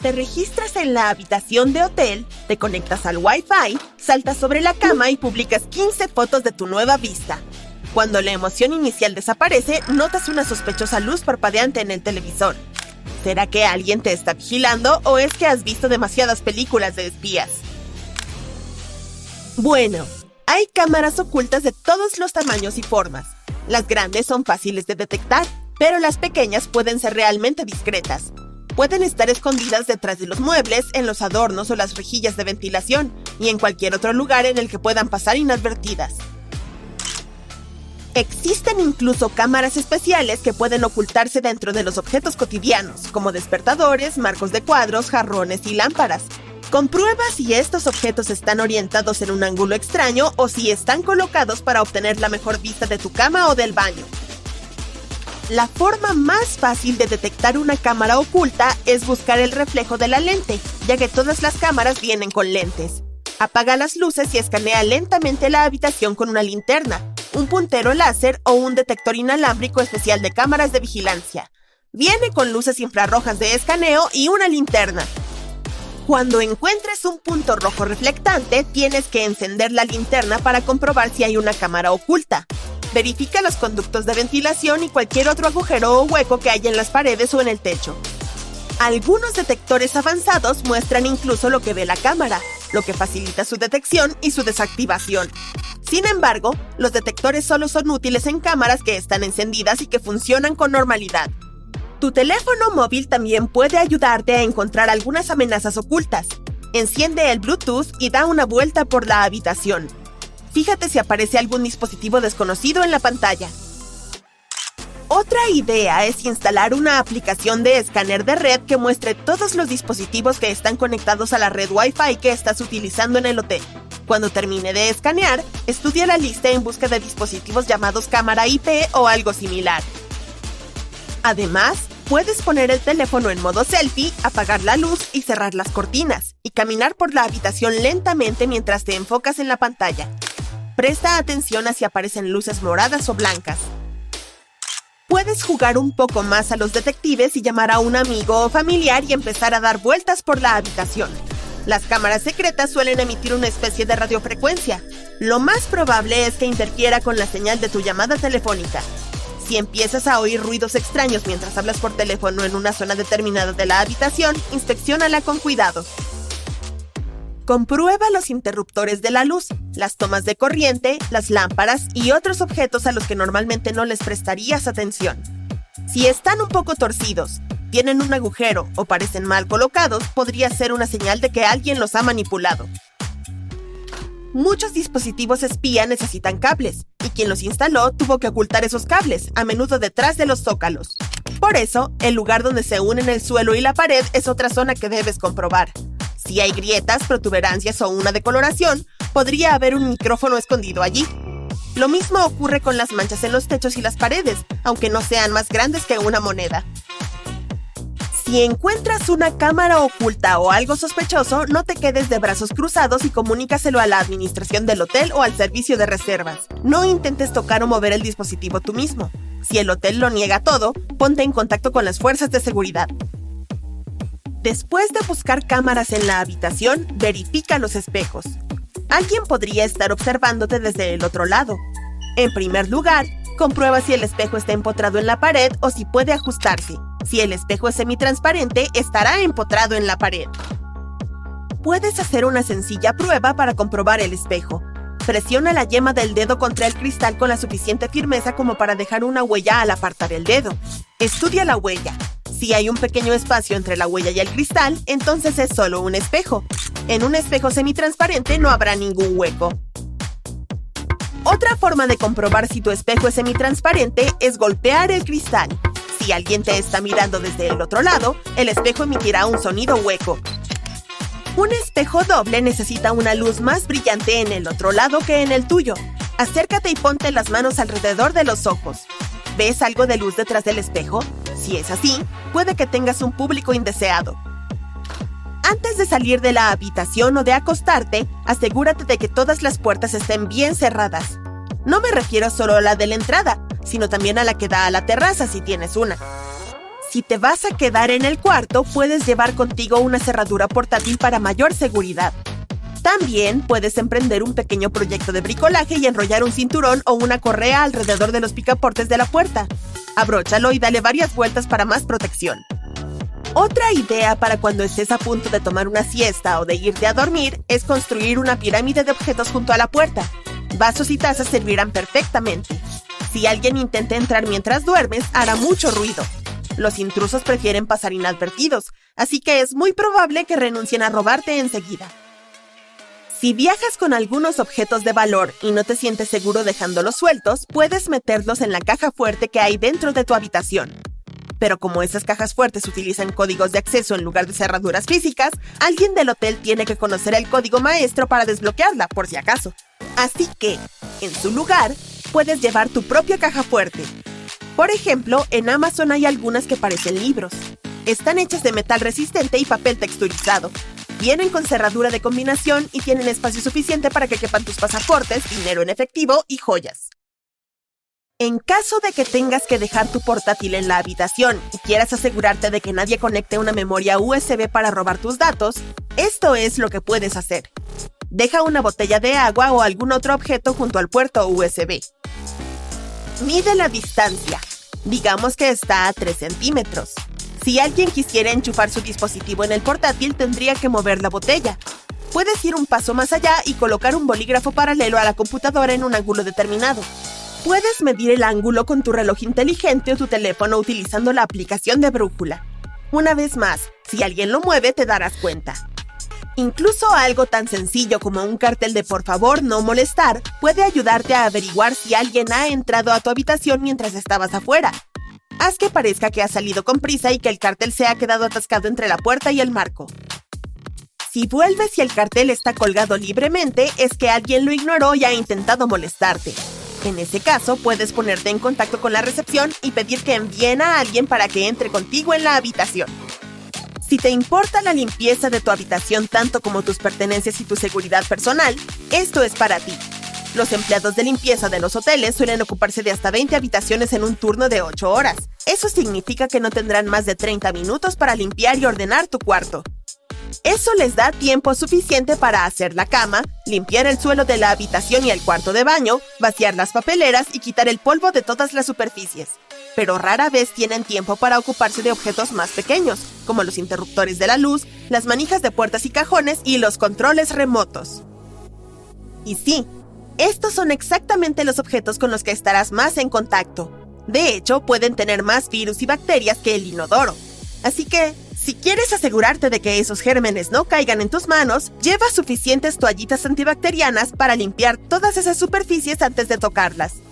Te registras en la habitación de hotel, te conectas al Wi-Fi, saltas sobre la cama y publicas 15 fotos de tu nueva vista. Cuando la emoción inicial desaparece, notas una sospechosa luz parpadeante en el televisor. ¿Será que alguien te está vigilando o es que has visto demasiadas películas de espías? Bueno, hay cámaras ocultas de todos los tamaños y formas. Las grandes son fáciles de detectar, pero las pequeñas pueden ser realmente discretas. Pueden estar escondidas detrás de los muebles, en los adornos o las rejillas de ventilación, y en cualquier otro lugar en el que puedan pasar inadvertidas. Existen incluso cámaras especiales que pueden ocultarse dentro de los objetos cotidianos, como despertadores, marcos de cuadros, jarrones y lámparas. Comprueba si estos objetos están orientados en un ángulo extraño o si están colocados para obtener la mejor vista de tu cama o del baño. La forma más fácil de detectar una cámara oculta es buscar el reflejo de la lente, ya que todas las cámaras vienen con lentes. Apaga las luces y escanea lentamente la habitación con una linterna, un puntero láser o un detector inalámbrico especial de cámaras de vigilancia. Viene con luces infrarrojas de escaneo y una linterna. Cuando encuentres un punto rojo reflectante, tienes que encender la linterna para comprobar si hay una cámara oculta. Verifica los conductos de ventilación y cualquier otro agujero o hueco que haya en las paredes o en el techo. Algunos detectores avanzados muestran incluso lo que ve la cámara, lo que facilita su detección y su desactivación. Sin embargo, los detectores solo son útiles en cámaras que están encendidas y que funcionan con normalidad. Tu teléfono móvil también puede ayudarte a encontrar algunas amenazas ocultas. Enciende el Bluetooth y da una vuelta por la habitación. Fíjate si aparece algún dispositivo desconocido en la pantalla. Otra idea es instalar una aplicación de escáner de red que muestre todos los dispositivos que están conectados a la red Wi-Fi que estás utilizando en el hotel. Cuando termine de escanear, estudia la lista en busca de dispositivos llamados cámara IP o algo similar. Además, puedes poner el teléfono en modo selfie, apagar la luz y cerrar las cortinas, y caminar por la habitación lentamente mientras te enfocas en la pantalla. Presta atención a si aparecen luces moradas o blancas. Puedes jugar un poco más a los detectives y llamar a un amigo o familiar y empezar a dar vueltas por la habitación. Las cámaras secretas suelen emitir una especie de radiofrecuencia. Lo más probable es que interfiera con la señal de tu llamada telefónica. Si empiezas a oír ruidos extraños mientras hablas por teléfono en una zona determinada de la habitación, inspecciónala con cuidado. Comprueba los interruptores de la luz, las tomas de corriente, las lámparas y otros objetos a los que normalmente no les prestarías atención. Si están un poco torcidos, tienen un agujero o parecen mal colocados, podría ser una señal de que alguien los ha manipulado. Muchos dispositivos espía necesitan cables, y quien los instaló tuvo que ocultar esos cables, a menudo detrás de los zócalos. Por eso, el lugar donde se unen el suelo y la pared es otra zona que debes comprobar. Si hay grietas, protuberancias o una decoloración, podría haber un micrófono escondido allí. Lo mismo ocurre con las manchas en los techos y las paredes, aunque no sean más grandes que una moneda. Si encuentras una cámara oculta o algo sospechoso, no te quedes de brazos cruzados y comunícaselo a la administración del hotel o al servicio de reservas. No intentes tocar o mover el dispositivo tú mismo. Si el hotel lo niega todo, ponte en contacto con las fuerzas de seguridad. Después de buscar cámaras en la habitación, verifica los espejos. Alguien podría estar observándote desde el otro lado. En primer lugar, comprueba si el espejo está empotrado en la pared o si puede ajustarse. Si el espejo es semitransparente, estará empotrado en la pared. Puedes hacer una sencilla prueba para comprobar el espejo. Presiona la yema del dedo contra el cristal con la suficiente firmeza como para dejar una huella al apartar el dedo. Estudia la huella. Si hay un pequeño espacio entre la huella y el cristal, entonces es solo un espejo. En un espejo semitransparente no habrá ningún hueco. Otra forma de comprobar si tu espejo es semitransparente es golpear el cristal. Si alguien te está mirando desde el otro lado, el espejo emitirá un sonido hueco. Un espejo doble necesita una luz más brillante en el otro lado que en el tuyo. Acércate y ponte las manos alrededor de los ojos. ¿Ves algo de luz detrás del espejo? Si es así, puede que tengas un público indeseado. Antes de salir de la habitación o de acostarte, asegúrate de que todas las puertas estén bien cerradas. No me refiero solo a la de la entrada, sino también a la que da a la terraza si tienes una. Si te vas a quedar en el cuarto, puedes llevar contigo una cerradura portátil para mayor seguridad. También puedes emprender un pequeño proyecto de bricolaje y enrollar un cinturón o una correa alrededor de los picaportes de la puerta. Abróchalo y dale varias vueltas para más protección. Otra idea para cuando estés a punto de tomar una siesta o de irte a dormir es construir una pirámide de objetos junto a la puerta. Vasos y tazas servirán perfectamente. Si alguien intenta entrar mientras duermes, hará mucho ruido. Los intrusos prefieren pasar inadvertidos, así que es muy probable que renuncien a robarte enseguida. Si viajas con algunos objetos de valor y no te sientes seguro dejándolos sueltos, puedes meterlos en la caja fuerte que hay dentro de tu habitación. Pero como esas cajas fuertes utilizan códigos de acceso en lugar de cerraduras físicas, alguien del hotel tiene que conocer el código maestro para desbloquearla, por si acaso. Así que, en su lugar, puedes llevar tu propia caja fuerte. Por ejemplo, en Amazon hay algunas que parecen libros. Están hechas de metal resistente y papel texturizado. Vienen con cerradura de combinación y tienen espacio suficiente para que quepan tus pasaportes, dinero en efectivo y joyas. En caso de que tengas que dejar tu portátil en la habitación y quieras asegurarte de que nadie conecte una memoria USB para robar tus datos, esto es lo que puedes hacer. Deja una botella de agua o algún otro objeto junto al puerto USB. Mide la distancia. Digamos que está a 3 centímetros. Si alguien quisiera enchufar su dispositivo en el portátil, tendría que mover la botella. Puedes ir un paso más allá y colocar un bolígrafo paralelo a la computadora en un ángulo determinado. Puedes medir el ángulo con tu reloj inteligente o tu teléfono utilizando la aplicación de brújula. Una vez más, si alguien lo mueve, te darás cuenta. Incluso algo tan sencillo como un cartel de "por favor, no molestar" puede ayudarte a averiguar si alguien ha entrado a tu habitación mientras estabas afuera. Haz que parezca que has salido con prisa y que el cartel se ha quedado atascado entre la puerta y el marco. Si vuelves y el cartel está colgado libremente, es que alguien lo ignoró y ha intentado molestarte. En ese caso, puedes ponerte en contacto con la recepción y pedir que envíen a alguien para que entre contigo en la habitación. Si te importa la limpieza de tu habitación tanto como tus pertenencias y tu seguridad personal, esto es para ti. Los empleados de limpieza de los hoteles suelen ocuparse de hasta 20 habitaciones en un turno de 8 horas. Eso significa que no tendrán más de 30 minutos para limpiar y ordenar tu cuarto. Eso les da tiempo suficiente para hacer la cama, limpiar el suelo de la habitación y el cuarto de baño, vaciar las papeleras y quitar el polvo de todas las superficies. Pero rara vez tienen tiempo para ocuparse de objetos más pequeños, como los interruptores de la luz, las manijas de puertas y cajones y los controles remotos. Y sí, estos son exactamente los objetos con los que estarás más en contacto. De hecho, pueden tener más virus y bacterias que el inodoro. Así que, si quieres asegurarte de que esos gérmenes no caigan en tus manos, lleva suficientes toallitas antibacterianas para limpiar todas esas superficies antes de tocarlas.